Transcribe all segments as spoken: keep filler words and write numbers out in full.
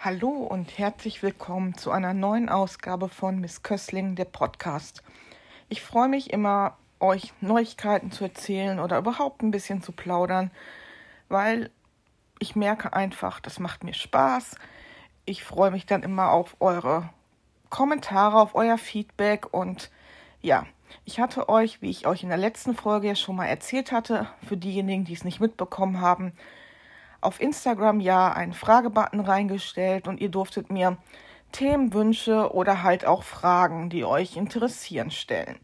Hallo und herzlich willkommen zu einer neuen Ausgabe von Miss Kössling, der Podcast. Ich freue mich immer, euch Neuigkeiten zu erzählen oder überhaupt ein bisschen zu plaudern, weil ich merke einfach, das macht mir Spaß. Ich freue mich dann immer auf eure Kommentare, auf euer Feedback und ja, ich hatte euch, wie ich euch in der letzten Folge ja schon mal erzählt hatte, für diejenigen, die es nicht mitbekommen haben, auf Instagram ja einen Fragebutton reingestellt und ihr durftet mir Themenwünsche oder halt auch Fragen, die euch interessieren, stellen.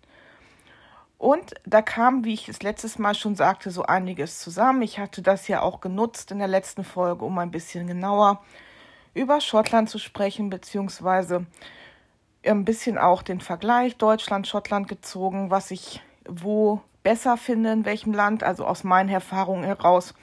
Und da kam, wie ich es letztes Mal schon sagte, so einiges zusammen. Ich hatte das ja auch genutzt in der letzten Folge, um ein bisschen genauer über Schottland zu sprechen, beziehungsweise ein bisschen auch den Vergleich Deutschland-Schottland gezogen, was ich wo besser finde, in welchem Land, also aus meinen Erfahrungen heraus.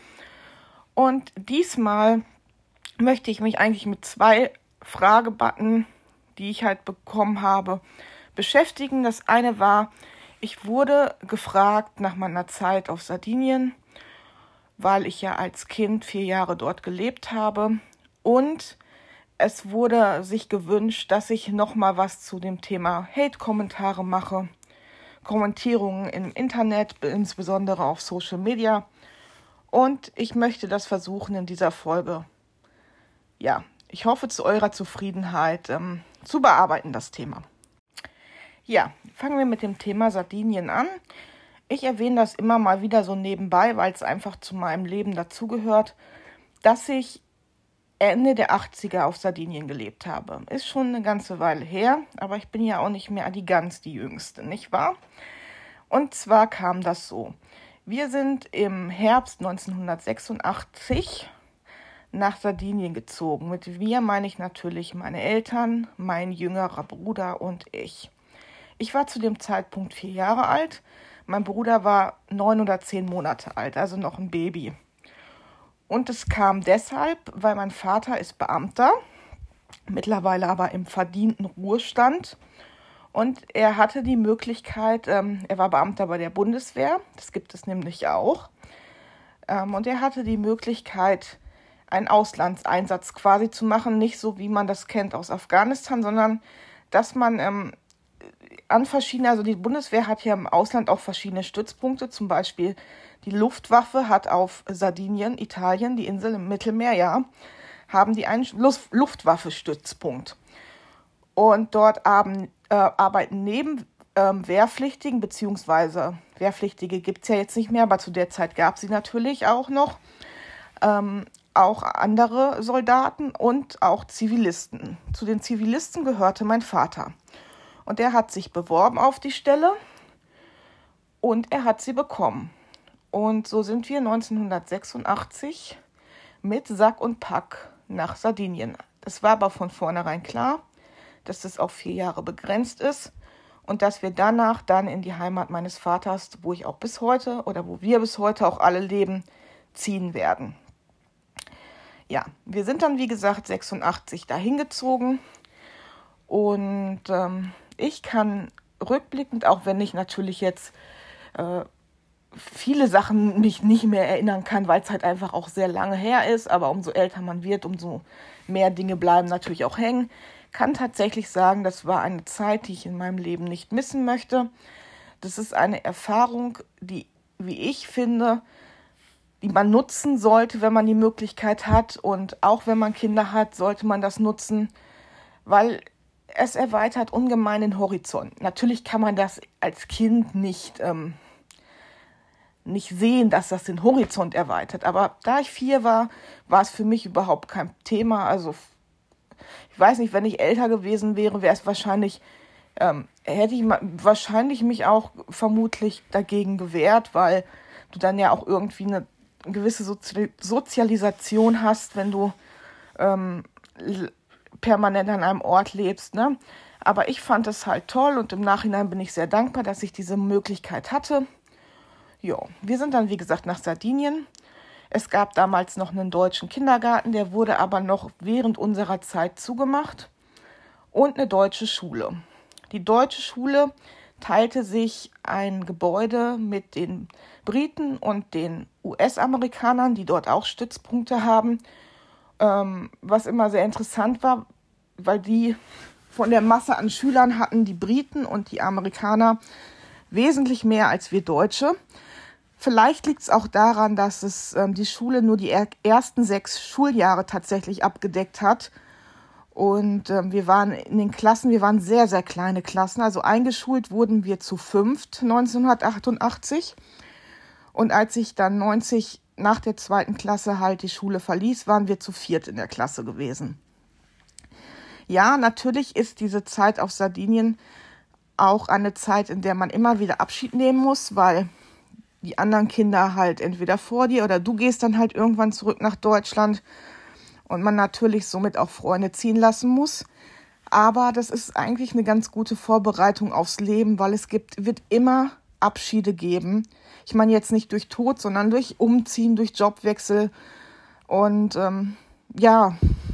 Und diesmal möchte ich mich eigentlich mit zwei Fragebutton, die ich halt bekommen habe, beschäftigen. Das eine war, ich wurde gefragt nach meiner Zeit auf Sardinien, weil ich ja als Kind vier Jahre dort gelebt habe. Und es wurde sich gewünscht, dass ich nochmal was zu dem Thema Hate-Kommentare mache, Kommentierungen im Internet, insbesondere auf Social Media. Und ich möchte das versuchen in dieser Folge, ja, ich hoffe zu eurer Zufriedenheit, ähm, zu bearbeiten, das Thema. Ja, fangen wir mit dem Thema Sardinien an. Ich erwähne das immer mal wieder so nebenbei, weil es einfach zu meinem Leben dazugehört, dass ich Ende der achtziger auf Sardinien gelebt habe. Ist schon eine ganze Weile her, aber ich bin ja auch nicht mehr die ganz die Jüngste, nicht wahr? Und zwar kam das so. Wir sind im Herbst neunzehnhundertsechsundachtzig nach Sardinien gezogen. Mit wir meine ich natürlich meine Eltern, mein jüngerer Bruder und ich. Ich war zu dem Zeitpunkt vier Jahre alt. Mein Bruder war neun oder zehn Monate alt, also noch ein Baby. Und es kam deshalb, weil mein Vater ist Beamter, mittlerweile aber im verdienten Ruhestand. Und er hatte die Möglichkeit, ähm, er war Beamter bei der Bundeswehr, das gibt es nämlich auch. Ähm, und er hatte die Möglichkeit, einen Auslandseinsatz quasi zu machen, nicht so wie man das kennt aus Afghanistan, sondern dass man ähm, an verschiedene, also die Bundeswehr hat ja im Ausland auch verschiedene Stützpunkte, zum Beispiel die Luftwaffe hat auf Sardinien, Italien, die Insel im Mittelmeer, ja, haben die einen Luftwaffe-Stützpunkt. Und dort haben, äh, arbeiten neben ähm, Wehrpflichtigen, beziehungsweise Wehrpflichtige gibt es ja jetzt nicht mehr, aber zu der Zeit gab es sie natürlich auch noch, ähm, auch andere Soldaten und auch Zivilisten. Zu den Zivilisten gehörte mein Vater. Und er hat sich beworben auf die Stelle und er hat sie bekommen. Und so sind wir neunzehnhundertsechsundachtzig mit Sack und Pack nach Sardinien. Es war aber von vornherein klar, dass es auf vier Jahre begrenzt ist und dass wir danach dann in die Heimat meines Vaters, wo ich auch bis heute oder wo wir bis heute auch alle leben, ziehen werden. Ja, wir sind dann wie gesagt sechsundachtzig dahin gezogen und ähm, ich kann rückblickend, auch wenn ich natürlich jetzt äh, viele Sachen mich nicht mehr erinnern kann, weil es halt einfach auch sehr lange her ist, aber umso älter man wird, umso mehr Dinge bleiben natürlich auch hängen, kann tatsächlich sagen, das war eine Zeit, die ich in meinem Leben nicht missen möchte. Das ist eine Erfahrung, die, wie ich finde, die man nutzen sollte, wenn man die Möglichkeit hat. Und auch wenn man Kinder hat, sollte man das nutzen, weil es erweitert ungemein den Horizont. Natürlich kann man das als Kind nicht, ähm, nicht sehen, dass das den Horizont erweitert. Aber da ich vier war, war es für mich überhaupt kein Thema. Also ich weiß nicht, wenn ich älter gewesen wäre, wäre es wahrscheinlich, ähm, hätte ich ma- wahrscheinlich mich auch vermutlich dagegen gewehrt, weil du dann ja auch irgendwie eine gewisse Sozi- Sozialisation hast, wenn du ähm, l- permanent an einem Ort lebst, ne? Aber ich fand es halt toll und im Nachhinein bin ich sehr dankbar, dass ich diese Möglichkeit hatte. Jo, wir sind dann, wie gesagt, nach Sardinien. Es gab damals noch einen deutschen Kindergarten, der wurde aber noch während unserer Zeit zugemacht und eine deutsche Schule. Die deutsche Schule teilte sich ein Gebäude mit den Briten und den U S-Amerikanern, die dort auch Stützpunkte haben. ähm, was immer sehr interessant war, weil die von der Masse an Schülern hatten die Briten und die Amerikaner wesentlich mehr als wir Deutsche. Vielleicht liegt es auch daran, dass es ähm, die Schule nur die er- ersten sechs Schuljahre tatsächlich abgedeckt hat. Und ähm, wir waren in den Klassen, wir waren sehr, sehr kleine Klassen. Also eingeschult wurden wir zu fünft neunzehnhundertachtundachtzig. Und als ich dann neunzig nach der zweiten Klasse halt die Schule verließ, waren wir zu viert in der Klasse gewesen. Ja, natürlich ist diese Zeit auf Sardinien auch eine Zeit, in der man immer wieder Abschied nehmen muss, weil die anderen Kinder halt entweder vor dir oder du gehst dann halt irgendwann zurück nach Deutschland und man natürlich somit auch Freunde ziehen lassen muss. Aber das ist eigentlich eine ganz gute Vorbereitung aufs Leben, weil es gibt, wird immer Abschiede geben. Ich meine jetzt nicht durch Tod, sondern durch Umziehen, durch Jobwechsel. Und ähm, ja,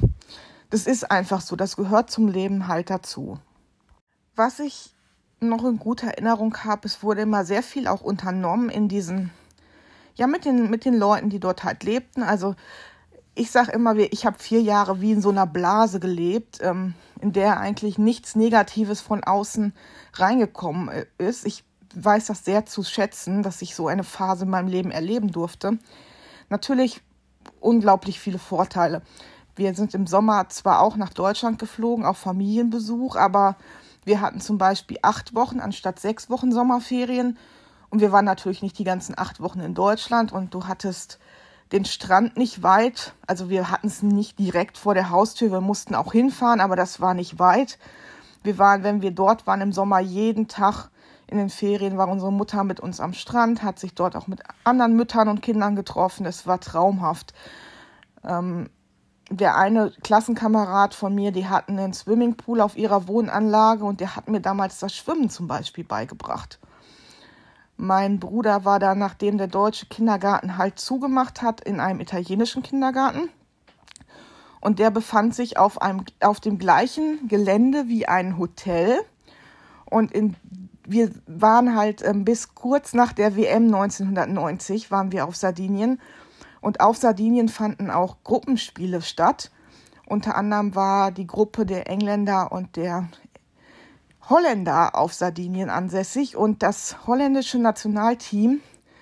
das ist einfach so, das gehört zum Leben halt dazu. Was ich noch in guter Erinnerung habe, es wurde immer sehr viel auch unternommen in diesen, ja, mit den, mit den Leuten, die dort halt lebten. Also ich sage immer, ich habe vier Jahre wie in so einer Blase gelebt, ähm, in der eigentlich nichts Negatives von außen reingekommen ist. Ich weiß das sehr zu schätzen, dass ich so eine Phase in meinem Leben erleben durfte. Natürlich unglaublich viele Vorteile. Wir sind im Sommer zwar auch nach Deutschland geflogen, auf Familienbesuch, aber wir hatten zum Beispiel acht Wochen anstatt sechs Wochen Sommerferien. Und wir waren natürlich nicht die ganzen acht Wochen in Deutschland. Und du hattest den Strand nicht weit. Also wir hatten es nicht direkt vor der Haustür. Wir mussten auch hinfahren, aber das war nicht weit. Wir waren, wenn wir dort waren im Sommer, jeden Tag in den Ferien, war unsere Mutter mit uns am Strand, hat sich dort auch mit anderen Müttern und Kindern getroffen. Es war traumhaft. Ähm, Der eine Klassenkamerad von mir, die hatten einen Swimmingpool auf ihrer Wohnanlage und der hat mir damals das Schwimmen zum Beispiel beigebracht. Mein Bruder war da, nachdem der deutsche Kindergarten halt zugemacht hat, in einem italienischen Kindergarten. Und der befand sich auf einem, auf dem gleichen Gelände wie ein Hotel. Und in, wir waren halt ähm, bis kurz nach der W M neunzehnhundertneunzig waren wir auf Sardinien. Und auf Sardinien fanden auch Gruppenspiele statt. Unter anderem war die Gruppe der Engländer und der Holländer auf Sardinien ansässig. Und das holländische Nationalteam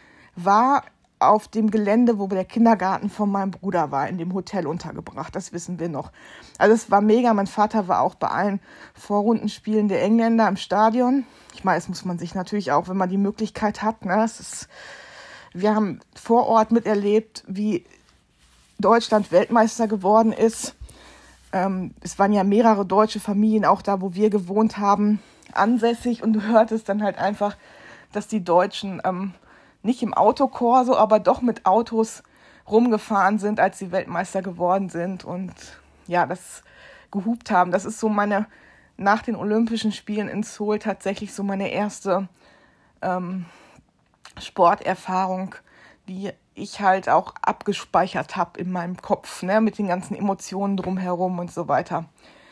war auf dem Gelände, wo der Kindergarten von meinem Bruder war, in dem Hotel untergebracht. Das wissen wir noch. Also es war mega. Mein Vater war auch bei allen Vorrundenspielen der Engländer im Stadion. Ich meine, das muss man sich natürlich auch, wenn man die Möglichkeit hat, ne, es ist... Wir haben vor Ort miterlebt, wie Deutschland Weltmeister geworden ist. Ähm, es waren ja mehrere deutsche Familien auch da, wo wir gewohnt haben, ansässig. Und du hörtest dann halt einfach, dass die Deutschen ähm, nicht im Autokorso, aber doch mit Autos rumgefahren sind, als sie Weltmeister geworden sind. Und ja, das gehupt haben. Das ist so meine, nach den Olympischen Spielen in Seoul tatsächlich so meine erste ähm, Sporterfahrung, die ich halt auch abgespeichert habe in meinem Kopf, ne, mit den ganzen Emotionen drumherum und so weiter.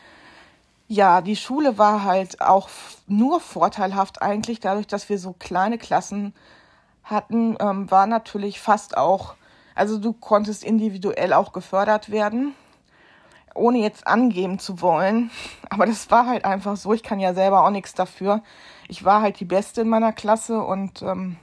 Ja, die Schule war halt auch nur vorteilhaft eigentlich, dadurch, dass wir so kleine Klassen hatten, ähm, war natürlich fast auch, also du konntest individuell auch gefördert werden, ohne jetzt angeben zu wollen, aber das war halt einfach so, ich kann ja selber auch nichts dafür. Ich war halt die Beste in meiner Klasse und ähm,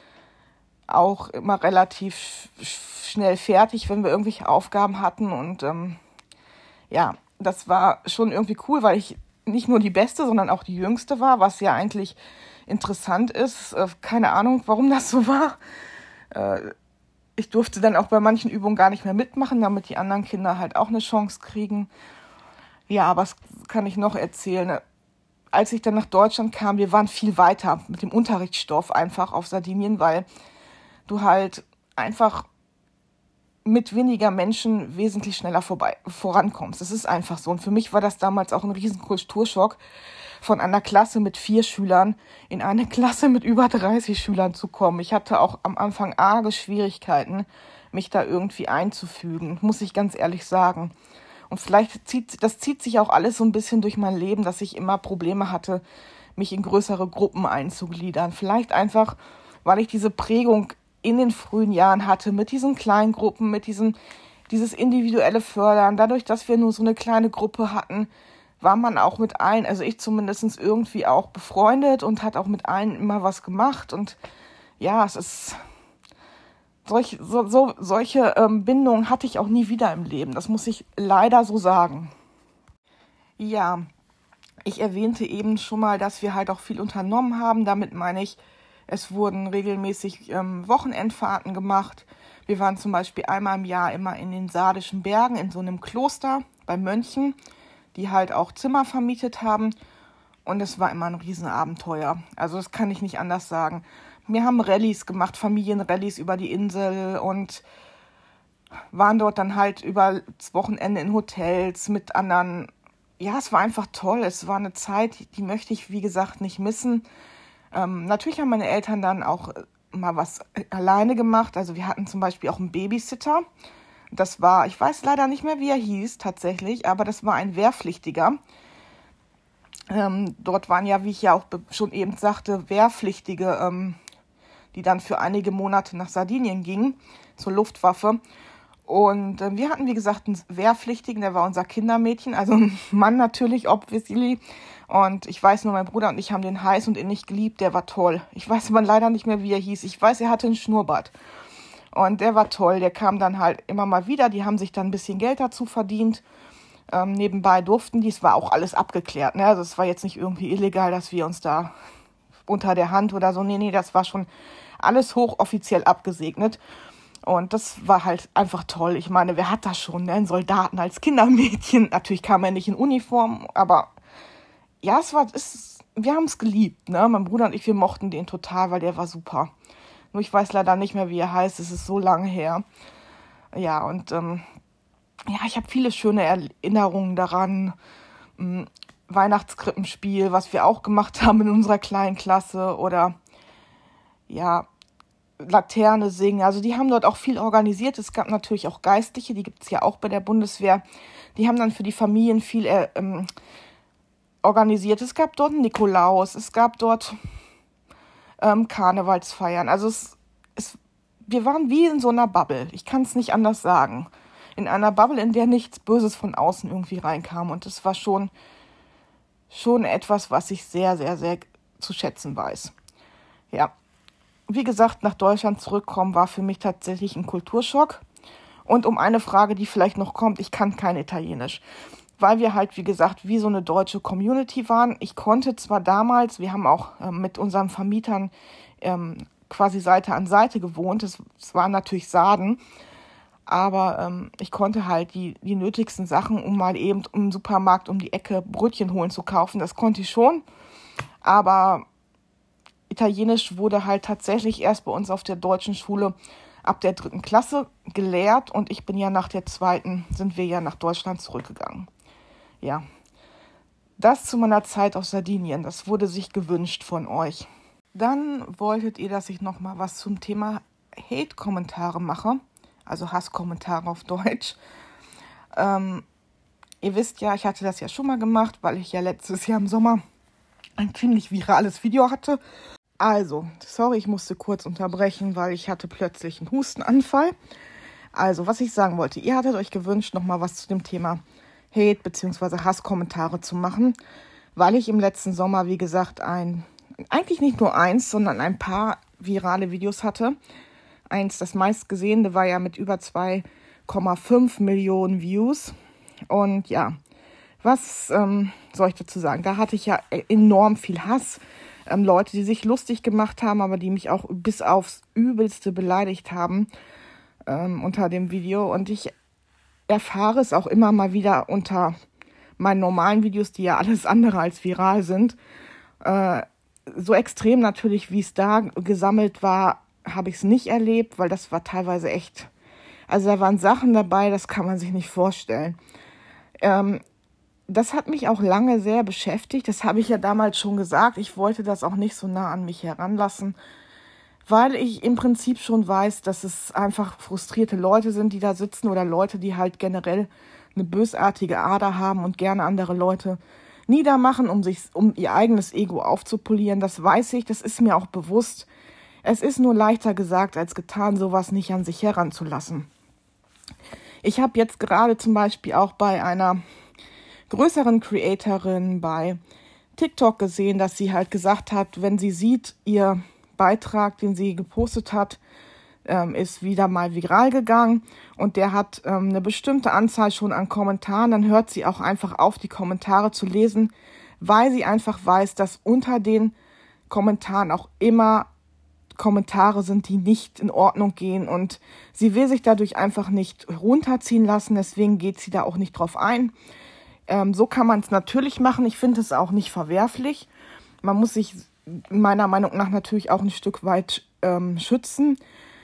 auch immer relativ schnell fertig, wenn wir irgendwelche Aufgaben hatten. Und ähm, ja, das war schon irgendwie cool, weil ich nicht nur die Beste, sondern auch die Jüngste war, was ja eigentlich interessant ist. Äh, keine Ahnung, warum das so war. Äh, ich durfte dann auch bei manchen Übungen gar nicht mehr mitmachen, damit die anderen Kinder halt auch eine Chance kriegen. Ja, was kann ich noch erzählen? Als ich dann nach Deutschland kam, wir waren viel weiter mit dem Unterrichtsstoff einfach auf Sardinien, weil du halt einfach mit weniger Menschen wesentlich schneller vorbei, vorankommst. Das ist einfach so. Und für mich war das damals auch ein riesen Kulturschock, von einer Klasse mit vier Schülern in eine Klasse mit über dreißig Schülern zu kommen. Ich hatte auch am Anfang arge Schwierigkeiten, mich da irgendwie einzufügen, muss ich ganz ehrlich sagen. Und vielleicht zieht, das zieht sich auch alles so ein bisschen durch mein Leben, dass ich immer Probleme hatte, mich in größere Gruppen einzugliedern. Vielleicht einfach, weil ich diese Prägung in den frühen Jahren hatte, mit diesen kleinen Gruppen, mit diesen dieses individuelle Fördern, dadurch, dass wir nur so eine kleine Gruppe hatten, war man auch mit allen, also ich zumindest irgendwie auch befreundet und hat auch mit allen immer was gemacht. Und ja, es ist, solch, so, so, solche ähm, Bindungen hatte ich auch nie wieder im Leben. Das muss ich leider so sagen. Ja, ich erwähnte eben schon mal, dass wir halt auch viel unternommen haben. Damit meine ich, es wurden regelmäßig ähm, Wochenendfahrten gemacht. Wir waren zum Beispiel einmal im Jahr immer in den Sardischen Bergen in so einem Kloster bei Mönchen, die halt auch Zimmer vermietet haben. Und es war immer ein Riesenabenteuer. Also das kann ich nicht anders sagen. Wir haben Rallyes gemacht, Familienrallyes über die Insel und waren dort dann halt über das Wochenende in Hotels mit anderen. Ja, es war einfach toll. Es war eine Zeit, die möchte ich, wie gesagt, nicht missen. Ähm, natürlich haben meine Eltern dann auch mal was alleine gemacht. Also wir hatten zum Beispiel auch einen Babysitter. Das war, ich weiß leider nicht mehr, wie er hieß tatsächlich, aber das war ein Wehrpflichtiger. Ähm, dort waren ja, wie ich ja auch schon eben sagte, Wehrpflichtige, ähm, die dann für einige Monate nach Sardinien gingen, zur Luftwaffe. Und äh, wir hatten, wie gesagt, einen Wehrpflichtigen, der war unser Kindermädchen, also ein Mann natürlich, obviously. Und ich weiß nur, mein Bruder und ich haben den heiß und innig geliebt, der war toll. Ich weiß aber leider nicht mehr, wie er hieß. Ich weiß, er hatte einen Schnurrbart. Und der war toll, der kam dann halt immer mal wieder, die haben sich dann ein bisschen Geld dazu verdient. Ähm, nebenbei durften die, es war auch alles abgeklärt, ne? Also es war jetzt nicht irgendwie illegal, dass wir uns da unter der Hand oder so, nee, nee, das war schon alles hochoffiziell abgesegnet. Und das war halt einfach toll. Ich meine, wer hat das schon, ne? Einen Soldaten als Kindermädchen. Natürlich kam er nicht in Uniform, aber ja, es war, es, wir haben es geliebt, ne? Mein Bruder und ich, wir mochten den total, weil der war super. Nur ich weiß leider nicht mehr, wie er heißt. Es ist so lange her. Ja, und ähm, ja, ich habe viele schöne Erinnerungen daran. Ähm, Weihnachtskrippenspiel, was wir auch gemacht haben in unserer kleinen Klasse. Oder ja, Laterne singen. Also die haben dort auch viel organisiert. Es gab natürlich auch Geistliche, die gibt es ja auch bei der Bundeswehr. Die haben dann für die Familien viel äh, ähm, organisiert. Es gab dort Nikolaus, es gab dort ähm, Karnevalsfeiern. Also es, es, wir waren wie in so einer Bubble. Ich kann es nicht anders sagen. In einer Bubble, in der nichts Böses von außen irgendwie reinkam. Und das war schon, schon etwas, was ich sehr, sehr, sehr zu schätzen weiß. Ja. Wie gesagt, nach Deutschland zurückkommen war für mich tatsächlich ein Kulturschock. Und um eine Frage, die vielleicht noch kommt, ich kann kein Italienisch. Weil wir halt, wie gesagt, wie so eine deutsche Community waren. Ich konnte zwar damals, wir haben auch äh, mit unseren Vermietern ähm, quasi Seite an Seite gewohnt. Es, es waren natürlich Sarden. Aber ähm, ich konnte halt die, die nötigsten Sachen, um mal eben im Supermarkt um die Ecke Brötchen holen zu kaufen. Das konnte ich schon. Aber Italienisch wurde halt tatsächlich erst bei uns auf der deutschen Schule ab der dritten Klasse gelehrt und ich bin ja nach der zweiten, sind wir ja nach Deutschland zurückgegangen. Ja, das zu meiner Zeit auf Sardinien, das wurde sich gewünscht von euch. Dann wolltet ihr, dass ich nochmal was zum Thema Hate-Kommentare mache, also Hasskommentare auf Deutsch. Ähm, ihr wisst ja, ich hatte das ja schon mal gemacht, weil ich ja letztes Jahr im Sommer ein ziemlich virales Video hatte. Also, sorry, ich musste kurz unterbrechen, weil ich hatte plötzlich einen Hustenanfall. Also, was ich sagen wollte, ihr hattet euch gewünscht, nochmal was zu dem Thema Hate bzw. Hasskommentare zu machen, weil ich im letzten Sommer, wie gesagt, ein, eigentlich nicht nur eins, sondern ein paar virale Videos hatte. Eins, das meistgesehene, war ja mit über zwei Komma fünf Millionen Views. Und ja, was ähm, soll ich dazu sagen? Da hatte ich ja enorm viel Hass. Ähm, Leute, die sich lustig gemacht haben, aber die mich auch bis aufs Übelste beleidigt haben ähm, unter dem Video. Und ich erfahre es auch immer mal wieder unter meinen normalen Videos, die ja alles andere als viral sind. Äh, so extrem natürlich, wie es da gesammelt war, habe ich es nicht erlebt, weil das war teilweise echt... Also da waren Sachen dabei, das kann man sich nicht vorstellen. Ähm, Das hat mich auch lange sehr beschäftigt. Das habe ich ja damals schon gesagt. Ich wollte das auch nicht so nah an mich heranlassen, weil ich im Prinzip schon weiß, dass es einfach frustrierte Leute sind, die da sitzen oder Leute, die halt generell eine bösartige Ader haben und gerne andere Leute niedermachen, um sich, um ihr eigenes Ego aufzupolieren. Das weiß ich, das ist mir auch bewusst. Es ist nur leichter gesagt als getan, sowas nicht an sich heranzulassen. Ich habe jetzt gerade zum Beispiel auch bei einer größeren Creatorin bei TikTok gesehen, dass sie halt gesagt hat, wenn sie sieht, ihr Beitrag, den sie gepostet hat, ähm, ist wieder mal viral gegangen und der hat ähm, eine bestimmte Anzahl schon an Kommentaren, dann hört sie auch einfach auf, die Kommentare zu lesen, weil sie einfach weiß, dass unter den Kommentaren auch immer Kommentare sind, die nicht in Ordnung gehen und sie will sich dadurch einfach nicht runterziehen lassen, deswegen geht sie da auch nicht drauf ein. Ähm, so kann man es natürlich machen, ich finde es auch nicht verwerflich. Man muss sich meiner Meinung nach natürlich auch ein Stück weit ähm, schützen.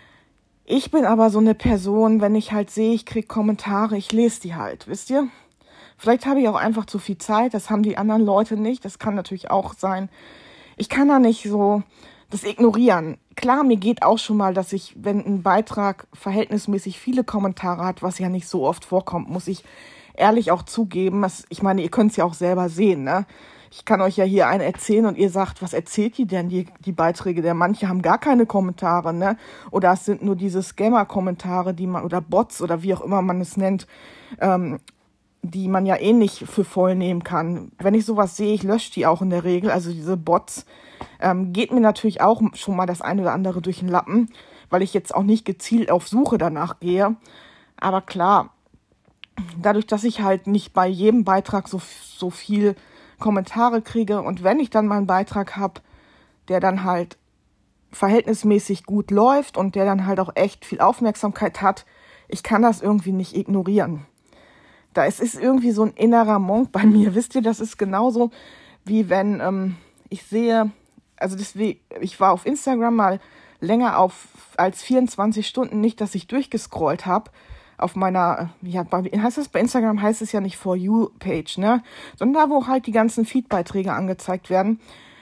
Ich bin aber so eine Person, wenn ich halt sehe, ich kriege Kommentare, ich lese die halt, wisst ihr? Vielleicht habe ich auch einfach zu viel Zeit, das haben die anderen Leute nicht, das kann natürlich auch sein. Ich kann da nicht so das ignorieren. Klar, mir geht auch schon mal, dass ich, wenn ein Beitrag verhältnismäßig viele Kommentare hat, was ja nicht so oft vorkommt, muss ich ehrlich auch zugeben. Was, ich meine, ihr könnt es ja auch selber sehen, ne? Ich kann euch ja hier einen erzählen und ihr sagt, was erzählt die denn, die, die Beiträge? Der manche haben gar keine Kommentare, ne? Oder es sind nur diese Scammer-Kommentare, die man, oder Bots oder wie auch immer man es nennt, ähm, die man ja eh nicht für voll nehmen kann. Wenn ich sowas sehe, ich lösche die auch in der Regel. Also diese Bots, ähm, geht mir natürlich auch schon mal das eine oder andere durch den Lappen, weil ich jetzt auch nicht gezielt auf Suche danach gehe. Aber klar, dadurch, dass ich halt nicht bei jedem Beitrag so, so viel Kommentare kriege und wenn ich dann mal einen Beitrag habe, der dann halt verhältnismäßig gut läuft und der dann halt auch echt viel Aufmerksamkeit hat, ich kann das irgendwie nicht ignorieren. Da ist, ist irgendwie so ein innerer Monk bei mir. Wisst ihr, das ist genauso wie wenn ähm, ich sehe, also deswegen, ich war auf Instagram mal länger auf als vierundzwanzig Stunden, nicht, dass ich durchgescrollt habe auf meiner, ja, bei, heißt das bei Instagram, heißt es ja nicht For You-Page, ne? Sondern da, wo halt die ganzen Feed-Beiträge angezeigt werden.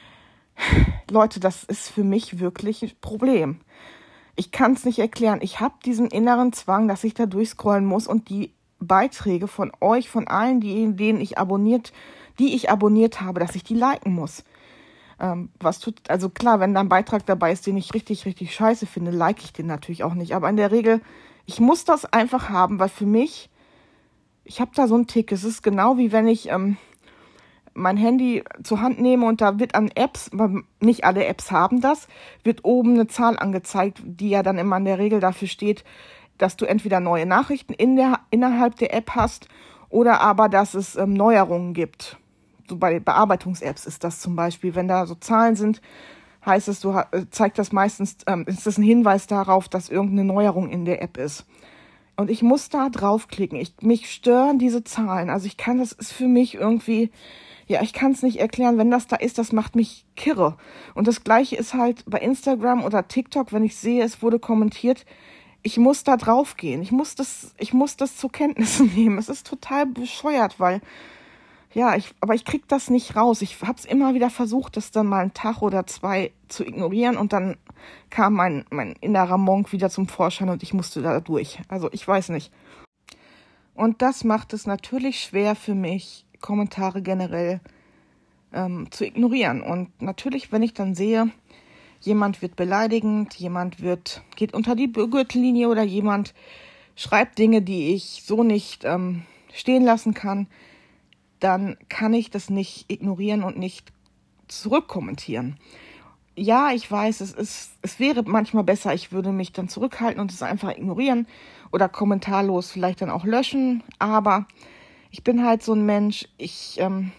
Leute, das ist für mich wirklich ein Problem. Ich kann es nicht erklären. Ich habe diesen inneren Zwang, dass ich da durchscrollen muss und die Beiträge von euch, von allen, die, denen ich abonniert, die ich abonniert habe, dass ich die liken muss. Ähm, was tut, also klar, wenn da ein Beitrag dabei ist, den ich richtig, richtig scheiße finde, like ich den natürlich auch nicht. Aber in der Regel, ich muss das einfach haben, weil für mich, ich habe da so einen Tick. Es ist genau wie wenn ich ähm, mein Handy zur Hand nehme und da wird an Apps, nicht alle Apps haben das, wird oben eine Zahl angezeigt, die ja dann immer in der Regel dafür steht, dass du entweder neue Nachrichten in der, innerhalb der App hast oder aber, dass es ähm, Neuerungen gibt. So bei Bearbeitungs-Apps ist das zum Beispiel. Wenn da so Zahlen sind, heißt es, du zeigt das meistens, ähm, ist das ein Hinweis darauf, dass irgendeine Neuerung in der App ist. Und ich muss da draufklicken. Ich, mich stören diese Zahlen. Also ich kann, das ist für mich irgendwie, ja, ich kann es nicht erklären. Wenn das da ist, das macht mich kirre. Und das Gleiche ist halt bei Instagram oder TikTok, wenn ich sehe, es wurde kommentiert, ich muss da draufgehen. Ich muss das, ich muss das zur Kenntnis nehmen. Es ist total bescheuert, weil, ja, ich, aber ich krieg das nicht raus. Ich habe es immer wieder versucht, das dann mal einen Tag oder zwei zu ignorieren und dann kam mein, mein innerer Monk wieder zum Vorschein und ich musste da durch. Also ich weiß nicht. Und das macht es natürlich schwer für mich, Kommentare generell ähm, zu ignorieren. Und natürlich, wenn ich dann sehe, jemand wird beleidigend, jemand wird geht unter die Gürtellinie oder jemand schreibt Dinge, die ich so nicht ähm, stehen lassen kann, dann kann ich das nicht ignorieren und nicht zurückkommentieren. Ja, ich weiß, es ist, es wäre manchmal besser, ich würde mich dann zurückhalten und es einfach ignorieren oder kommentarlos vielleicht dann auch löschen, aber ich bin halt so ein Mensch, ich ähm,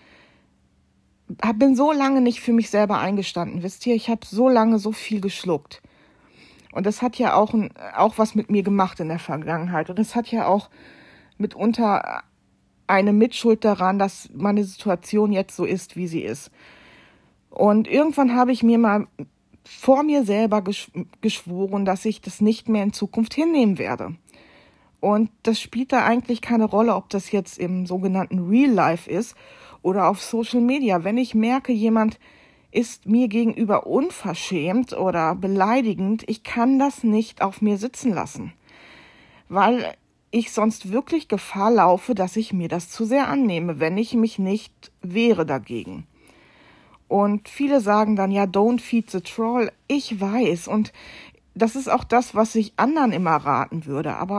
bin so lange nicht für mich selber eingestanden, wisst ihr, ich habe so lange so viel geschluckt und das hat ja auch, ein, auch was mit mir gemacht in der Vergangenheit und das hat ja auch mitunter eine Mitschuld daran, dass meine Situation jetzt so ist, wie sie ist. Und irgendwann habe ich mir mal vor mir selber gesch- geschworen, dass ich das nicht mehr in Zukunft hinnehmen werde. Und das spielt da eigentlich keine Rolle, ob das jetzt im sogenannten Real Life ist oder auf Social Media. Wenn ich merke, jemand ist mir gegenüber unverschämt oder beleidigend, ich kann das nicht auf mir sitzen lassen. Weil ich sonst wirklich Gefahr laufe, dass ich mir das zu sehr annehme, wenn ich mich nicht wehre dagegen. Und viele sagen dann, ja, don't feed the troll. Ich weiß und das ist auch das, was ich anderen immer raten würde, aber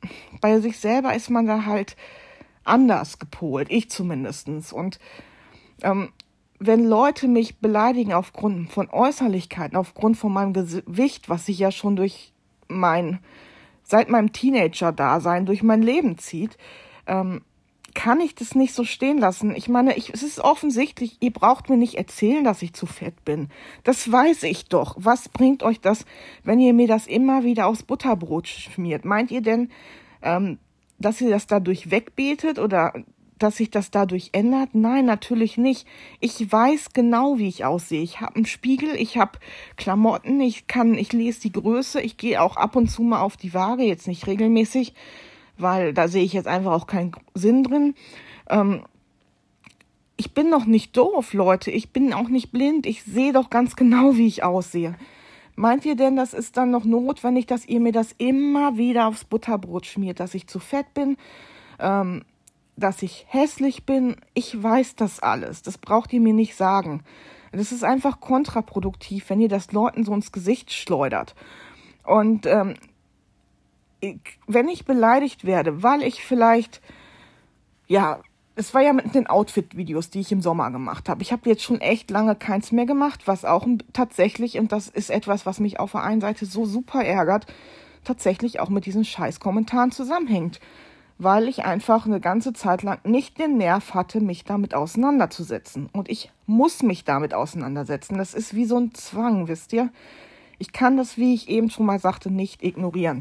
bei sich selber ist man da halt anders gepolt, ich zumindestens. Und ähm, wenn Leute mich beleidigen aufgrund von Äußerlichkeiten, aufgrund von meinem Gewicht, was sich ja schon durch mein, seit meinem Teenager-Dasein durch mein Leben zieht, ähm, kann ich das nicht so stehen lassen. Ich meine, ich, es ist offensichtlich, ihr braucht mir nicht erzählen, dass ich zu fett bin. Das weiß ich doch. Was bringt euch das, wenn ihr mir das immer wieder aufs Butterbrot schmiert? Meint ihr denn, ähm, dass ihr das dadurch wegbetet oder dass sich das dadurch ändert? Nein, natürlich nicht. Ich weiß genau, wie ich aussehe. Ich habe einen Spiegel, ich habe Klamotten, ich kann, ich lese die Größe, ich gehe auch ab und zu mal auf die Waage, jetzt nicht regelmäßig, weil da sehe ich jetzt einfach auch keinen Sinn drin. Ähm, ich bin doch nicht doof, Leute. Ich bin auch nicht blind. Ich sehe doch ganz genau, wie ich aussehe. Meint ihr denn, das ist dann noch notwendig, dass ihr mir das immer wieder aufs Butterbrot schmiert, dass ich zu fett bin, ähm, dass ich hässlich bin? Ich weiß das alles. Das braucht ihr mir nicht sagen. Das ist einfach kontraproduktiv, wenn ihr das Leuten so ins Gesicht schleudert. Und ähm, ich, wenn ich beleidigt werde, weil ich vielleicht, ja, es war ja mit den Outfit-Videos, die ich im Sommer gemacht habe. Ich habe jetzt schon echt lange keins mehr gemacht, was auch tatsächlich, und das ist etwas, was mich auf der einen Seite so super ärgert, tatsächlich auch mit diesen Scheiß-Kommentaren zusammenhängt. Weil ich einfach eine ganze Zeit lang nicht den Nerv hatte, mich damit auseinanderzusetzen. Und ich muss mich damit auseinandersetzen. Das ist wie so ein Zwang, wisst ihr? Ich kann das, wie ich eben schon mal sagte, nicht ignorieren.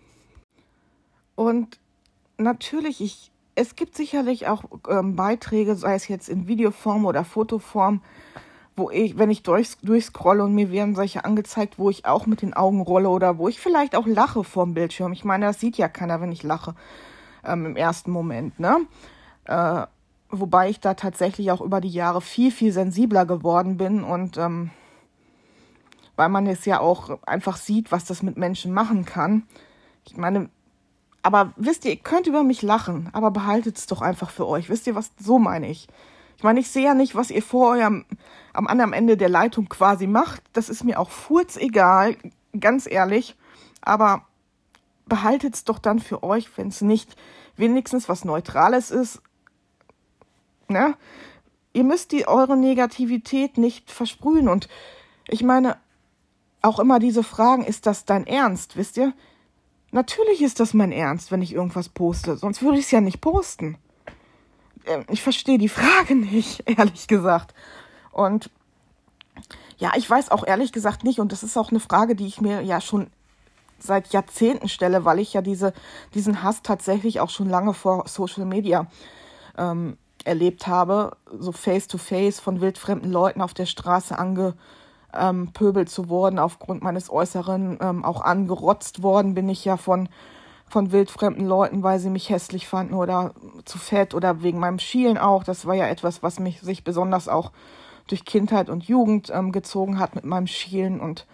Und natürlich, ich, es gibt sicherlich auch ähm, Beiträge, sei es jetzt in Videoform oder Fotoform, wo ich, wenn ich durch, durchscrolle und mir werden solche angezeigt, wo ich auch mit den Augen rolle oder wo ich vielleicht auch lache vorm Bildschirm. Ich meine, das sieht ja keiner, wenn ich lache. Ähm, im ersten Moment, ne? Äh, wobei ich da tatsächlich auch über die Jahre viel, viel sensibler geworden bin und ähm, weil man es ja auch einfach sieht, was das mit Menschen machen kann. Ich meine, aber wisst ihr, ihr könnt über mich lachen, aber behaltet es doch einfach für euch. Wisst ihr, was, so meine ich. Ich meine, ich sehe ja nicht, was ihr vor eurem, am anderen Ende der Leitung quasi macht. Das ist mir auch furzegal, ganz ehrlich, aber behaltet es doch dann für euch, wenn es nicht wenigstens was Neutrales ist. Ne? Ihr müsst die eure Negativität nicht versprühen. Und ich meine, auch immer diese Fragen, ist das dein Ernst, wisst ihr? Natürlich ist das mein Ernst, wenn ich irgendwas poste. Sonst würde ich es ja nicht posten. Ich verstehe die Frage nicht, ehrlich gesagt. Und ja, ich weiß auch ehrlich gesagt nicht, und das ist auch eine Frage, die ich mir ja schon seit Jahrzehnten stelle, weil ich ja diese, diesen Hass tatsächlich auch schon lange vor Social Media ähm, erlebt habe, so face-to-face von wildfremden Leuten auf der Straße angepöbelt zu worden, aufgrund meines Äußeren, ähm, auch angerotzt worden bin ich ja von, von wildfremden Leuten, weil sie mich hässlich fanden oder zu fett oder wegen meinem Schielen auch. Das war ja etwas, was mich sich besonders auch durch Kindheit und Jugend ähm, gezogen hat mit meinem Schielen. Und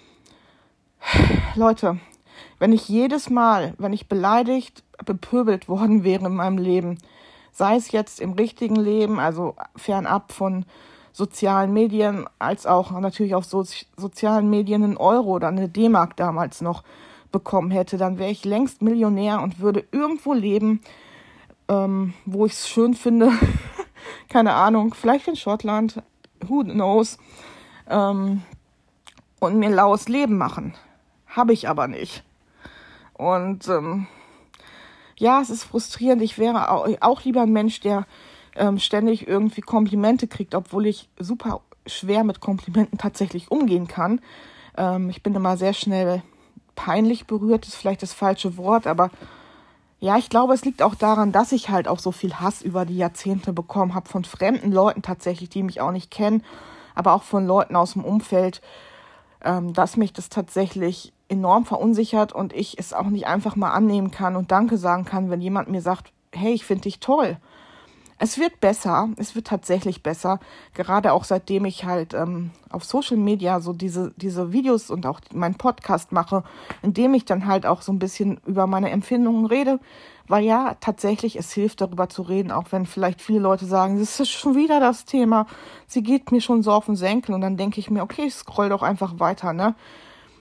Leute, wenn ich jedes Mal, wenn ich beleidigt, bepöbelt worden wäre in meinem Leben, sei es jetzt im richtigen Leben, also fernab von sozialen Medien, als auch natürlich auf so, sozialen Medien einen Euro oder eine D-Mark damals noch bekommen hätte, dann wäre ich längst Millionär und würde irgendwo leben, ähm, wo ich es schön finde, keine Ahnung, vielleicht in Schottland, who knows, ähm, und mir ein laues Leben machen. Habe ich aber nicht. Und ähm, ja, es ist frustrierend. Ich wäre auch, auch lieber ein Mensch, der ähm, ständig irgendwie Komplimente kriegt, obwohl ich super schwer mit Komplimenten tatsächlich umgehen kann. Ähm, ich bin immer sehr schnell peinlich berührt, ist vielleicht das falsche Wort, aber ja, ich glaube, es liegt auch daran, dass ich halt auch so viel Hass über die Jahrzehnte bekommen habe von fremden Leuten tatsächlich, die mich auch nicht kennen, aber auch von Leuten aus dem Umfeld, ähm, dass mich das tatsächlich enorm verunsichert und ich es auch nicht einfach mal annehmen kann und Danke sagen kann, wenn jemand mir sagt, hey, ich finde dich toll. Es wird besser, es wird tatsächlich besser, gerade auch seitdem ich halt ähm, auf Social Media so diese, diese Videos und auch meinen Podcast mache, in dem ich dann halt auch so ein bisschen über meine Empfindungen rede, weil ja, tatsächlich, es hilft, darüber zu reden, auch wenn vielleicht viele Leute sagen, das ist schon wieder das Thema, sie geht mir schon so auf den Senkel und dann denke ich mir, okay, ich scroll doch einfach weiter, ne?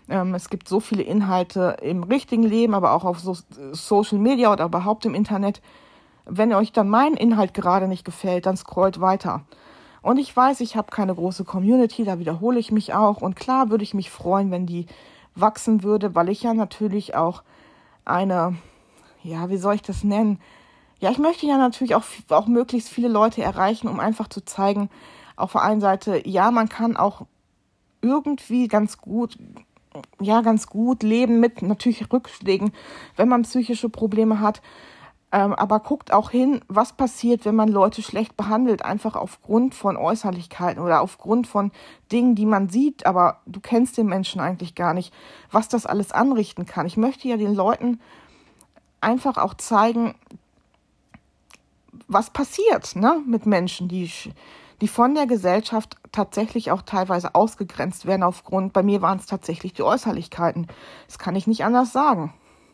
Ähm, es gibt so viele Inhalte im richtigen Leben, aber auch auf so Social Media oder überhaupt im Internet. Wenn euch dann mein Inhalt gerade nicht gefällt, dann scrollt weiter. Und ich weiß, ich habe keine große Community, da wiederhole ich mich auch. Und klar würde ich mich freuen, wenn die wachsen würde, weil ich ja natürlich auch eine, ja, wie soll ich das nennen? Ja, ich möchte ja natürlich auch, auch möglichst viele Leute erreichen, um einfach zu zeigen, auf der einen Seite, ja, man kann auch irgendwie ganz gut, ja, ganz gut leben mit natürlich Rückschlägen, wenn man psychische Probleme hat. Ähm, aber guckt auch hin, was passiert, wenn man Leute schlecht behandelt, einfach aufgrund von Äußerlichkeiten oder aufgrund von Dingen, die man sieht, aber du kennst den Menschen eigentlich gar nicht, was das alles anrichten kann. Ich möchte ja den Leuten einfach auch zeigen, was passiert, ne, mit Menschen, die, die von der Gesellschaft tatsächlich auch teilweise ausgegrenzt werden aufgrund, bei mir waren es tatsächlich die Äußerlichkeiten. Das kann ich nicht anders sagen.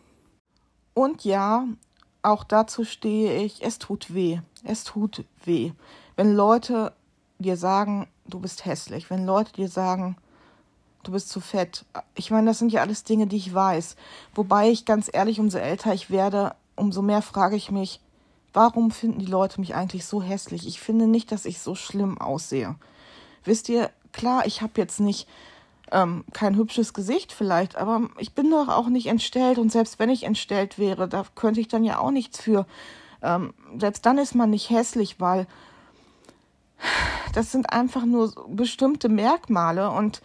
Und ja, auch dazu stehe ich, es tut weh. Es tut weh. Wenn Leute dir sagen, du bist hässlich, wenn Leute dir sagen, du bist zu fett. Ich meine, das sind ja alles Dinge, die ich weiß. Wobei ich ganz ehrlich, umso älter ich werde, umso mehr frage ich mich, warum finden die Leute mich eigentlich so hässlich? Ich finde nicht, dass ich so schlimm aussehe. Wisst ihr, klar, ich habe jetzt nicht Ähm, kein hübsches Gesicht vielleicht, aber ich bin doch auch nicht entstellt und selbst wenn ich entstellt wäre, da könnte ich dann ja auch nichts für. Ähm, selbst dann ist man nicht hässlich, weil das sind einfach nur so bestimmte Merkmale und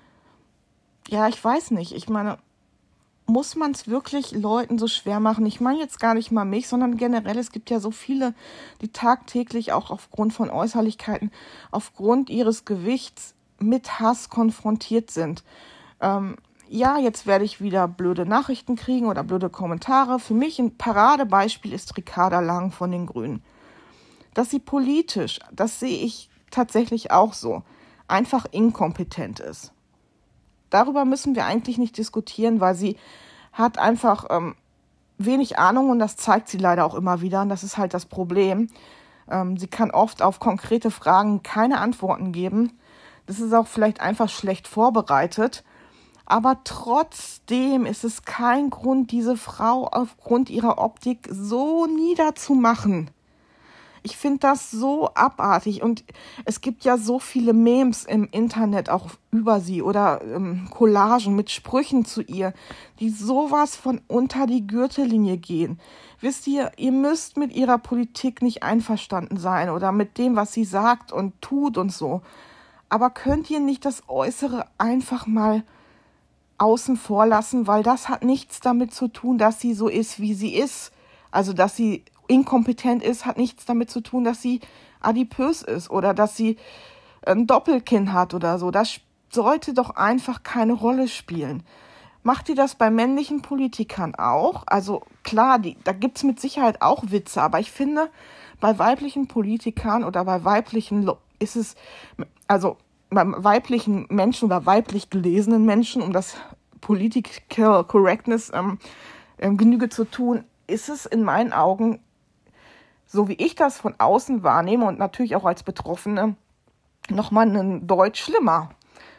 ja, ich weiß nicht, ich meine, muss man es wirklich Leuten so schwer machen? Ich meine jetzt gar nicht mal mich, sondern generell, es gibt ja so viele, die tagtäglich auch aufgrund von Äußerlichkeiten, aufgrund ihres Gewichts mit Hass konfrontiert sind. Ähm, ja, jetzt werde ich wieder blöde Nachrichten kriegen oder blöde Kommentare. Für mich ein Paradebeispiel ist Ricarda Lang von den Grünen. Dass sie politisch, das sehe ich tatsächlich auch so, einfach inkompetent ist. Darüber müssen wir eigentlich nicht diskutieren, weil sie hat einfach ähm, wenig Ahnung und das zeigt sie leider auch immer wieder und das ist halt das Problem. Ähm, sie kann oft auf konkrete Fragen keine Antworten geben. Das ist auch vielleicht einfach schlecht vorbereitet. Aber trotzdem ist es kein Grund, diese Frau aufgrund ihrer Optik so niederzumachen. Ich finde das so abartig. Und es gibt ja so viele Memes im Internet auch über sie oder ähm, Collagen mit Sprüchen zu ihr, die sowas von unter die Gürtellinie gehen. Wisst ihr, ihr müsst mit ihrer Politik nicht einverstanden sein oder mit dem, was sie sagt und tut und so. Aber könnt ihr nicht das Äußere einfach mal außen vor lassen, weil das hat nichts damit zu tun, dass sie so ist, wie sie ist. Also, dass sie inkompetent ist, hat nichts damit zu tun, dass sie adipös ist oder dass sie ein Doppelkinn hat oder so. Das sollte doch einfach keine Rolle spielen. Macht ihr das bei männlichen Politikern auch? Also klar, die, da gibt's mit Sicherheit auch Witze, aber ich finde, bei weiblichen Politikern oder bei weiblichen ist es, also bei weiblichen Menschen oder weiblich gelesenen Menschen, um das Political Correctness ähm, ähm, Genüge zu tun, ist es in meinen Augen, so wie ich das von außen wahrnehme und natürlich auch als Betroffene, nochmal ein Deut schlimmer.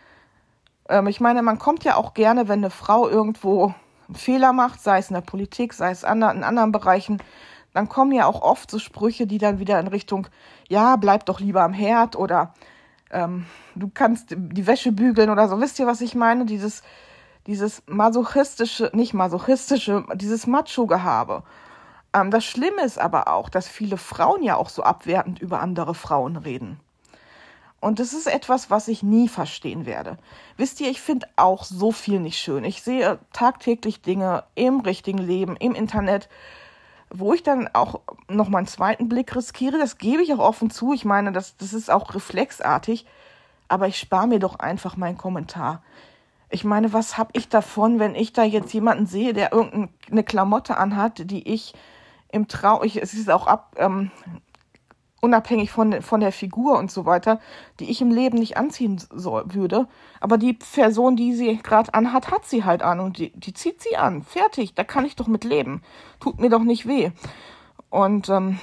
Ähm, ich meine, man kommt ja auch gerne, wenn eine Frau irgendwo einen Fehler macht, sei es in der Politik, sei es in anderen Bereichen, dann kommen ja auch oft so Sprüche, die dann wieder in Richtung, ja, bleib doch lieber am Herd oder ähm, du kannst die Wäsche bügeln oder so. Wisst ihr, was ich meine? Dieses, dieses masochistische, nicht masochistische, dieses Macho-Gehabe. Ähm, das Schlimme ist aber auch, dass viele Frauen ja auch so abwertend über andere Frauen reden. Und das ist etwas, was ich nie verstehen werde. Wisst ihr, ich finde auch so viel nicht schön. Ich sehe tagtäglich Dinge im richtigen Leben, im Internet, wo ich dann auch noch mal einen zweiten Blick riskiere. Das gebe ich auch offen zu. Ich meine, das, das ist auch reflexartig. Aber ich spare mir doch einfach meinen Kommentar. Ich meine, was habe ich davon, wenn ich da jetzt jemanden sehe, der irgendeine Klamotte anhat, die ich im Traum, ich, es ist auch ab, ähm, unabhängig von, von der Figur und so weiter, die ich im Leben nicht anziehen soll, würde. Aber die Person, die sie gerade anhat, hat sie halt an und die, die zieht sie an. Fertig, da kann ich doch mit leben. Tut mir doch nicht weh. Und ähm,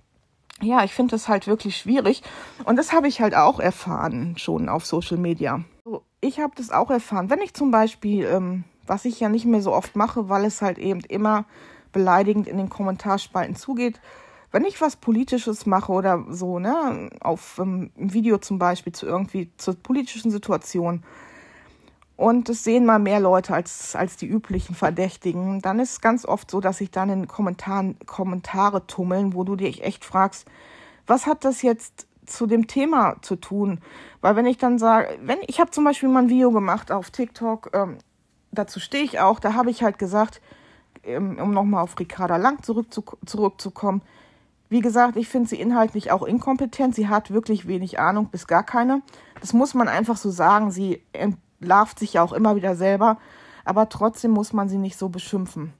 ja, ich finde das halt wirklich schwierig. Und das habe ich halt auch erfahren schon auf Social Media. So, ich habe das auch erfahren. Wenn ich zum Beispiel, ähm, was ich ja nicht mehr so oft mache, weil es halt eben immer beleidigend in den Kommentarspalten zugeht, wenn ich was Politisches mache oder so, ne, auf ähm, ein Video zum Beispiel zu irgendwie zur politischen Situation und es sehen mal mehr Leute als, als die üblichen Verdächtigen, dann ist es ganz oft so, dass sich dann in den Kommentaren Kommentare tummeln, wo du dich echt fragst, was hat das jetzt zu dem Thema zu tun? Weil wenn ich dann sage, wenn ich habe zum Beispiel mal ein Video gemacht auf TikTok, ähm, dazu stehe ich auch, da habe ich halt gesagt, ähm, um nochmal auf Ricarda Lang zurückzu, zurückzukommen, wie gesagt, ich finde sie inhaltlich auch inkompetent. Sie hat wirklich wenig Ahnung, bis gar keine. Das muss man einfach so sagen. Sie entlarvt sich ja auch immer wieder selber. Aber trotzdem muss man sie nicht so beschimpfen.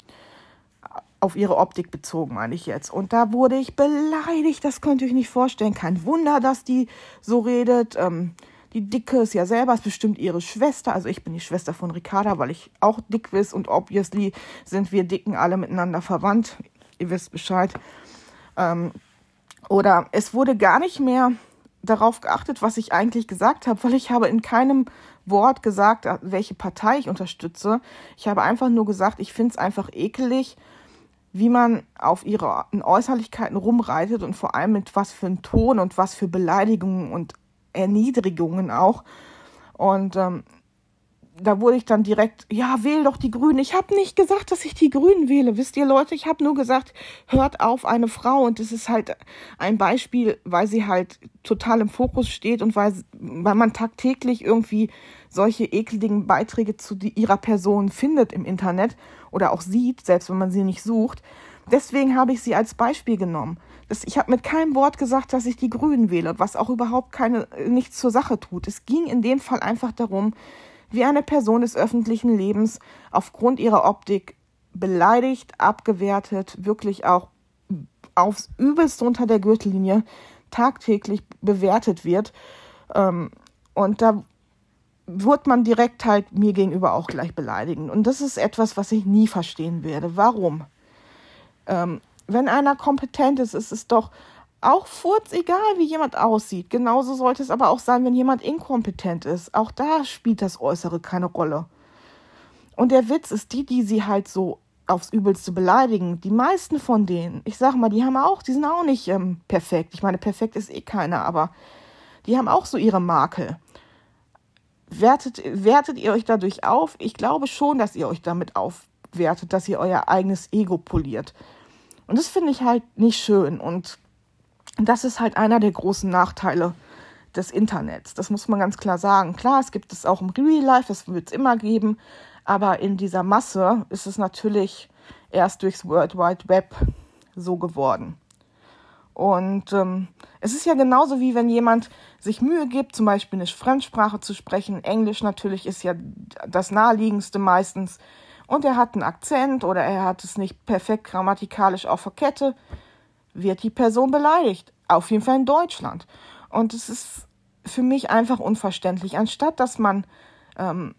Auf ihre Optik bezogen, meine ich jetzt. Und da wurde ich beleidigt. Das könnt ihr euch nicht vorstellen. Kein Wunder, dass die so redet. Ähm, die Dicke ist ja selber, ist bestimmt ihre Schwester. Also ich bin die Schwester von Ricarda, weil ich auch dick bin. Und obviously sind wir Dicken alle miteinander verwandt. Ihr wisst Bescheid. Ähm, oder es wurde gar nicht mehr darauf geachtet, was ich eigentlich gesagt habe, weil ich habe in keinem Wort gesagt, welche Partei ich unterstütze. Ich habe einfach nur gesagt, ich finde es einfach ekelig, wie man auf ihre Äußerlichkeiten rumreitet und vor allem mit was für einem Ton und was für Beleidigungen und Erniedrigungen auch. Und ähm, da wurde ich dann direkt, ja, wähl doch die Grünen. Ich habe nicht gesagt, dass ich die Grünen wähle. Wisst ihr, Leute, ich habe nur gesagt, hört auf eine Frau. Und das ist halt ein Beispiel, weil sie halt total im Fokus steht und weil, weil man tagtäglich irgendwie solche ekligen Beiträge zu die, ihrer Person findet im Internet oder auch sieht, selbst wenn man sie nicht sucht. Deswegen habe ich sie als Beispiel genommen. Das, ich habe mit keinem Wort gesagt, dass ich die Grünen wähle, was auch überhaupt keine nichts zur Sache tut. Es ging in dem Fall einfach darum, wie eine Person des öffentlichen Lebens aufgrund ihrer Optik beleidigt, abgewertet, wirklich auch aufs Übelste unter der Gürtellinie tagtäglich bewertet wird. Und da wird man direkt halt mir gegenüber auch gleich beleidigen. Und das ist etwas, was ich nie verstehen werde. Warum? Wenn einer kompetent ist, ist es doch auch furzegal, wie jemand aussieht. Genauso sollte es aber auch sein, wenn jemand inkompetent ist. Auch da spielt das Äußere keine Rolle. Und der Witz ist, die, die sie halt so aufs Übelste beleidigen, die meisten von denen, ich sag mal, die haben auch, die sind auch nicht ähm, perfekt. Ich meine, perfekt ist eh keiner, aber die haben auch so ihre Makel. Wertet, wertet ihr euch dadurch auf? Ich glaube schon, dass ihr euch damit aufwertet, dass ihr euer eigenes Ego poliert. Und das finde ich halt nicht schön. Und das ist halt einer der großen Nachteile des Internets. Das muss man ganz klar sagen. Klar, es gibt es auch im Real Life, das wird es immer geben. Aber in dieser Masse ist es natürlich erst durchs World Wide Web so geworden. Und ähm, es ist ja genauso wie wenn jemand sich Mühe gibt, zum Beispiel eine Fremdsprache zu sprechen. Englisch natürlich ist ja das naheliegendste meistens. Und er hat einen Akzent oder er hat es nicht perfekt grammatikalisch auf der Kette, wird die Person beleidigt. Auf jeden Fall in Deutschland. Und es ist für mich einfach unverständlich. Anstatt dass man ähm,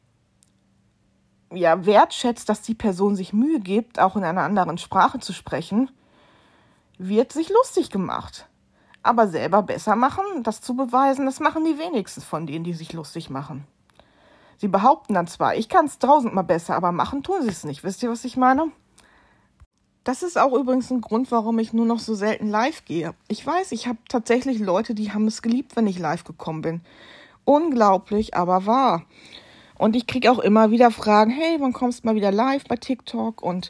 ja, wertschätzt, dass die Person sich Mühe gibt, auch in einer anderen Sprache zu sprechen, wird sich lustig gemacht. Aber selber besser machen, das zu beweisen, das machen die wenigsten von denen, die sich lustig machen. Sie behaupten dann zwar, ich kann es tausendmal besser, aber machen tun sie es nicht. Wisst ihr, was ich meine? Das ist auch übrigens ein Grund, warum ich nur noch so selten live gehe. Ich weiß, ich habe tatsächlich Leute, die haben es geliebt, wenn ich live gekommen bin. Unglaublich, aber wahr. Und ich kriege auch immer wieder Fragen, hey, wann kommst du mal wieder live bei TikTok? Und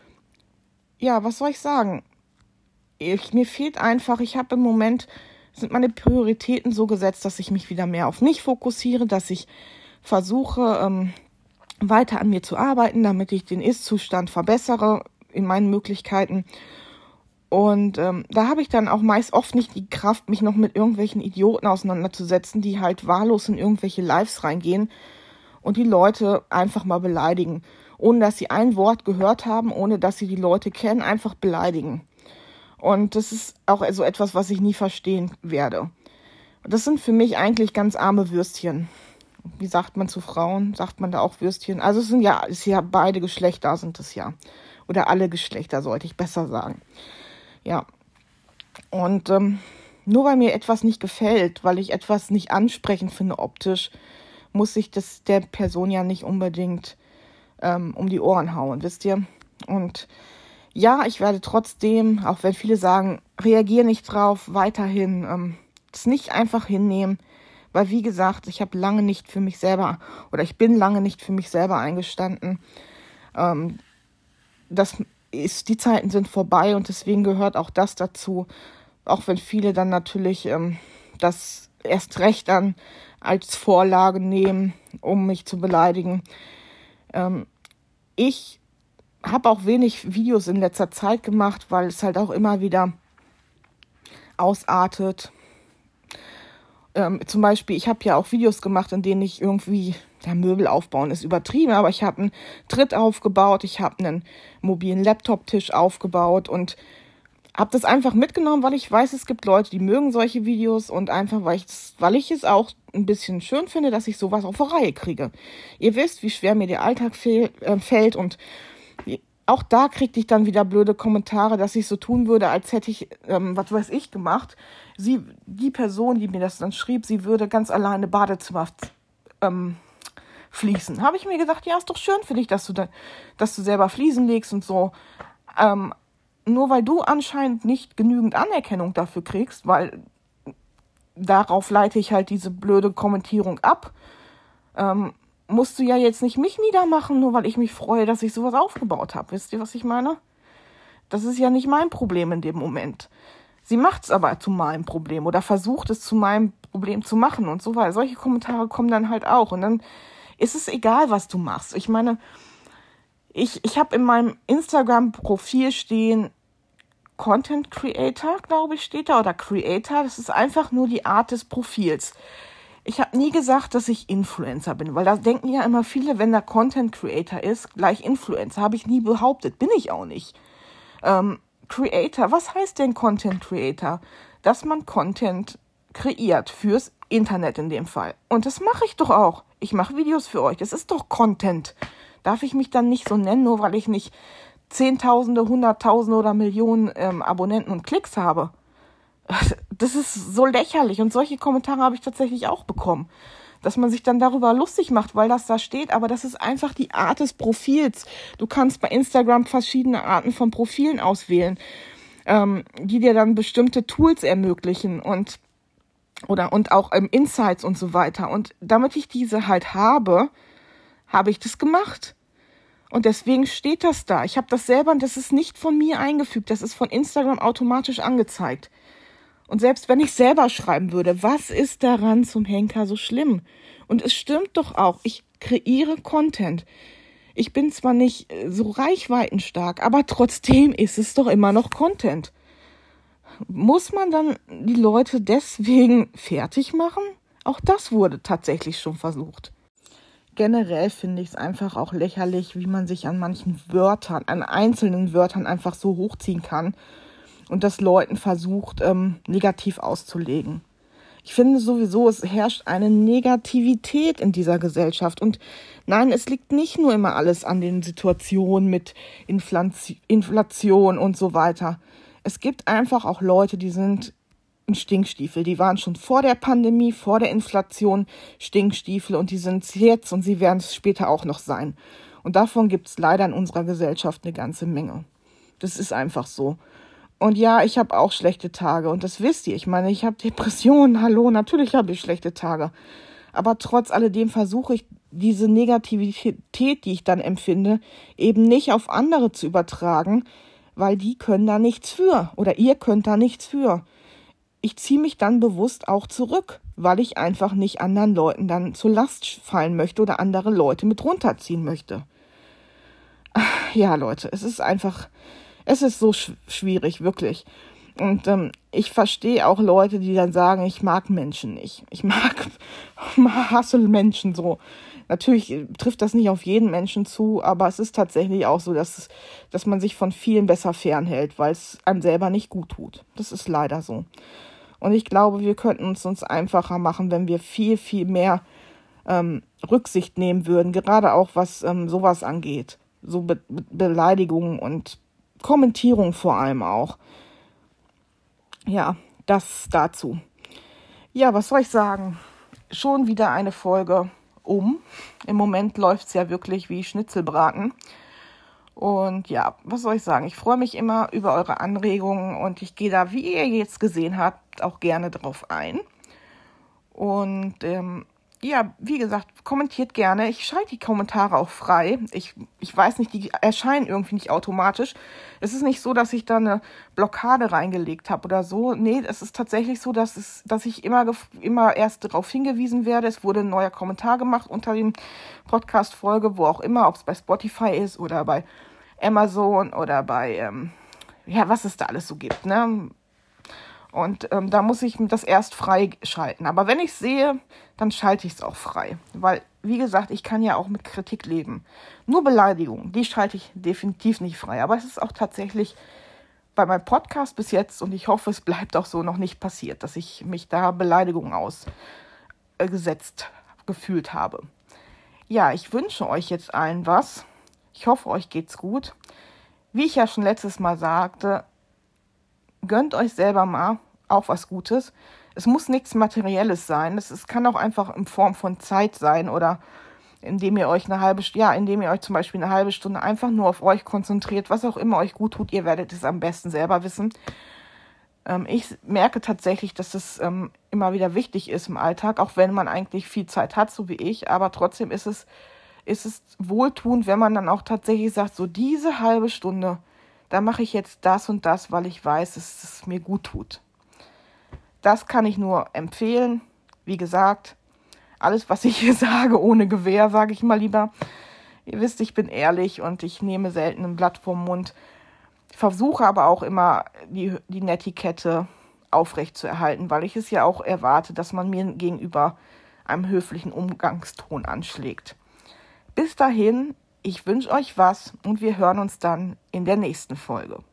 ja, was soll ich sagen? Ich, mir fehlt einfach, ich habe im Moment, sind meine Prioritäten so gesetzt, dass ich mich wieder mehr auf mich fokussiere, dass ich versuche, ähm, weiter an mir zu arbeiten, damit ich den Ist-Zustand verbessere in meinen Möglichkeiten. Und ähm, da habe ich dann auch meist oft nicht die Kraft, mich noch mit irgendwelchen Idioten auseinanderzusetzen, die halt wahllos in irgendwelche Lives reingehen und die Leute einfach mal beleidigen, ohne dass sie ein Wort gehört haben, ohne dass sie die Leute kennen, einfach beleidigen. Und das ist auch so etwas, was ich nie verstehen werde. Das sind für mich eigentlich ganz arme Würstchen. Wie sagt man zu Frauen? Sagt man da auch Würstchen? Also es sind ja, ist ja beide Geschlechter sind es ja. Oder alle Geschlechter, sollte ich besser sagen. Ja. Und ähm, nur weil mir etwas nicht gefällt, weil ich etwas nicht ansprechend finde optisch, muss sich das der Person ja nicht unbedingt ähm, um die Ohren hauen, wisst ihr? Und ja, ich werde trotzdem, auch wenn viele sagen, reagier nicht drauf, weiterhin ähm, das nicht einfach hinnehmen, weil wie gesagt, ich habe lange nicht für mich selber oder ich bin lange nicht für mich selber eingestanden. Ähm, das ist, die Zeiten sind vorbei und deswegen gehört auch das dazu, auch wenn viele dann natürlich ähm, das erst recht dann als Vorlage nehmen, um mich zu beleidigen. Ähm, ich habe auch wenig Videos in letzter Zeit gemacht, weil es halt auch immer wieder ausartet. Ähm, zum Beispiel, ich habe ja auch Videos gemacht, in denen ich irgendwie, ja, Möbel aufbauen ist übertrieben, aber ich habe einen Tritt aufgebaut, ich habe einen mobilen Laptop-Tisch aufgebaut und habe das einfach mitgenommen, weil ich weiß, es gibt Leute, die mögen solche Videos und einfach, weil ich, weil ich es auch ein bisschen schön finde, dass ich sowas auf die Reihe kriege. Ihr wisst, wie schwer mir der Alltag fehl, äh, fällt und auch da kriegte ich dann wieder blöde Kommentare, dass ich so tun würde, als hätte ich, ähm, was weiß ich, gemacht. Sie, die Person, die mir das dann schrieb, sie würde ganz alleine Badezimmer ähm, fließen. Habe ich mir gedacht, ja, ist doch schön für dich, dass du, da, dass du selber Fliesen legst und so. Ähm, nur weil du anscheinend nicht genügend Anerkennung dafür kriegst, weil darauf leite ich halt diese blöde Kommentierung ab, ähm, musst du ja jetzt nicht mich niedermachen, nur weil ich mich freue, dass ich sowas aufgebaut habe. Wisst ihr, was ich meine? Das ist ja nicht mein Problem in dem Moment. Sie macht es aber zu meinem Problem oder versucht es zu meinem Problem zu machen und so weiter. Solche Kommentare kommen dann halt auch. Und dann ist es egal, was du machst. Ich meine, ich, ich habe in meinem Instagram-Profil stehen Content Creator, glaube ich, steht da, oder Creator. Das ist einfach nur die Art des Profils. Ich habe nie gesagt, dass ich Influencer bin, weil da denken ja immer viele, wenn da Content Creator ist, gleich Influencer. Habe ich nie behauptet, bin ich auch nicht. Ähm, Creator, was heißt denn Content Creator? Dass man Content kreiert fürs Internet in dem Fall. Und das mache ich doch auch. Ich mache Videos für euch. Das ist doch Content. Darf ich mich dann nicht so nennen, nur weil ich nicht Zehntausende, Hunderttausende oder Millionen ähm, Abonnenten und Klicks habe? Das ist so lächerlich und solche Kommentare habe ich tatsächlich auch bekommen, dass man sich dann darüber lustig macht, weil das da steht, aber das ist einfach die Art des Profils. Du kannst bei Instagram verschiedene Arten von Profilen auswählen, ähm, die dir dann bestimmte Tools ermöglichen und oder und auch ähm, Insights und so weiter. Und damit ich diese halt habe, habe ich das gemacht. Und deswegen steht das da. Ich habe das selber, das ist nicht von mir eingefügt, das ist von Instagram automatisch angezeigt. Und selbst wenn ich selber schreiben würde, was ist daran zum Henker so schlimm? Und es stimmt doch auch, ich kreiere Content. Ich bin zwar nicht so reichweitenstark, aber trotzdem ist es doch immer noch Content. Muss man dann die Leute deswegen fertig machen? Auch das wurde tatsächlich schon versucht. Generell finde ich es einfach auch lächerlich, wie man sich an manchen Wörtern, an einzelnen Wörtern einfach so hochziehen kann und das Leuten versucht, ähm, negativ auszulegen. Ich finde sowieso, es herrscht eine Negativität in dieser Gesellschaft. Und nein, es liegt nicht nur immer alles an den Situationen mit Inflation und so weiter. Es gibt einfach auch Leute, die sind ein Stinkstiefel. Die waren schon vor der Pandemie, vor der Inflation Stinkstiefel und die sind es jetzt und sie werden es später auch noch sein. Und davon gibt es leider in unserer Gesellschaft eine ganze Menge. Das ist einfach so. Und ja, ich habe auch schlechte Tage und das wisst ihr. Ich meine, ich habe Depressionen, hallo, natürlich habe ich schlechte Tage. Aber trotz alledem versuche ich, diese Negativität, die ich dann empfinde, eben nicht auf andere zu übertragen, weil die können da nichts für oder ihr könnt da nichts für. Ich ziehe mich dann bewusst auch zurück, weil ich einfach nicht anderen Leuten dann zur Last fallen möchte oder andere Leute mit runterziehen möchte. Ja, Leute, es ist einfach... Es ist so sch- schwierig, wirklich. Und ähm, ich verstehe auch Leute, die dann sagen, ich mag Menschen nicht. Ich mag, hasse Menschen so. Natürlich trifft das nicht auf jeden Menschen zu, aber es ist tatsächlich auch so, dass, dass man sich von vielen besser fernhält, weil es einem selber nicht gut tut. Das ist leider so. Und ich glaube, wir könnten es uns einfacher machen, wenn wir viel, viel mehr ähm, Rücksicht nehmen würden, gerade auch was ähm, sowas angeht. So Be- Be- Beleidigungen und Kommentierung vor allem auch. Ja, das dazu. Ja, was soll ich sagen? Schon wieder eine Folge um. Im Moment läuft es ja wirklich wie Schnitzelbraten. Und ja, was soll ich sagen? Ich freue mich immer über eure Anregungen und ich gehe da, wie ihr jetzt gesehen habt, auch gerne drauf ein. Und ähm, ja, wie gesagt, kommentiert gerne. Ich schalte die Kommentare auch frei. Ich, ich weiß nicht, die erscheinen irgendwie nicht automatisch. Es ist nicht so, dass ich da eine Blockade reingelegt habe oder so. Nee, es ist tatsächlich so, dass, es, dass ich immer, immer erst darauf hingewiesen werde. Es wurde ein neuer Kommentar gemacht unter dem Podcast-Folge, wo auch immer, ob es bei Spotify ist oder bei Amazon oder bei, ähm, ja, was es da alles so gibt, ne? Und ähm, da muss ich das erst freischalten. Aber wenn ich es sehe, dann schalte ich es auch frei. Weil, wie gesagt, ich kann ja auch mit Kritik leben. Nur Beleidigungen, die schalte ich definitiv nicht frei. Aber es ist auch tatsächlich bei meinem Podcast bis jetzt, und ich hoffe, es bleibt auch so, noch nicht passiert, dass ich mich da Beleidigungen ausgesetzt gefühlt habe. Ja, ich wünsche euch jetzt allen was. Ich hoffe, euch geht's gut. Wie ich ja schon letztes Mal sagte, gönnt euch selber mal auch was Gutes. Es muss nichts Materielles sein. Es, es kann auch einfach in Form von Zeit sein oder indem ihr euch eine halbe, ja, indem ihr euch zum Beispiel eine halbe Stunde einfach nur auf euch konzentriert, was auch immer euch gut tut. Ihr werdet es am besten selber wissen. Ähm, ich merke tatsächlich, dass es ähm, immer wieder wichtig ist im Alltag, auch wenn man eigentlich viel Zeit hat, so wie ich. Aber trotzdem ist es, ist es wohltuend, wenn man dann auch tatsächlich sagt, so diese halbe Stunde, da mache ich jetzt das und das, weil ich weiß, dass es mir gut tut. Das kann ich nur empfehlen. Wie gesagt, alles, was ich hier sage, ohne Gewehr, sage ich mal lieber. Ihr wisst, ich bin ehrlich und ich nehme selten ein Blatt vom Mund. Ich versuche aber auch immer, die, die Netiquette aufrecht zu erhalten, weil ich es ja auch erwarte, dass man mir gegenüber einem höflichen Umgangston anschlägt. Bis dahin, ich wünsche euch was und wir hören uns dann in der nächsten Folge.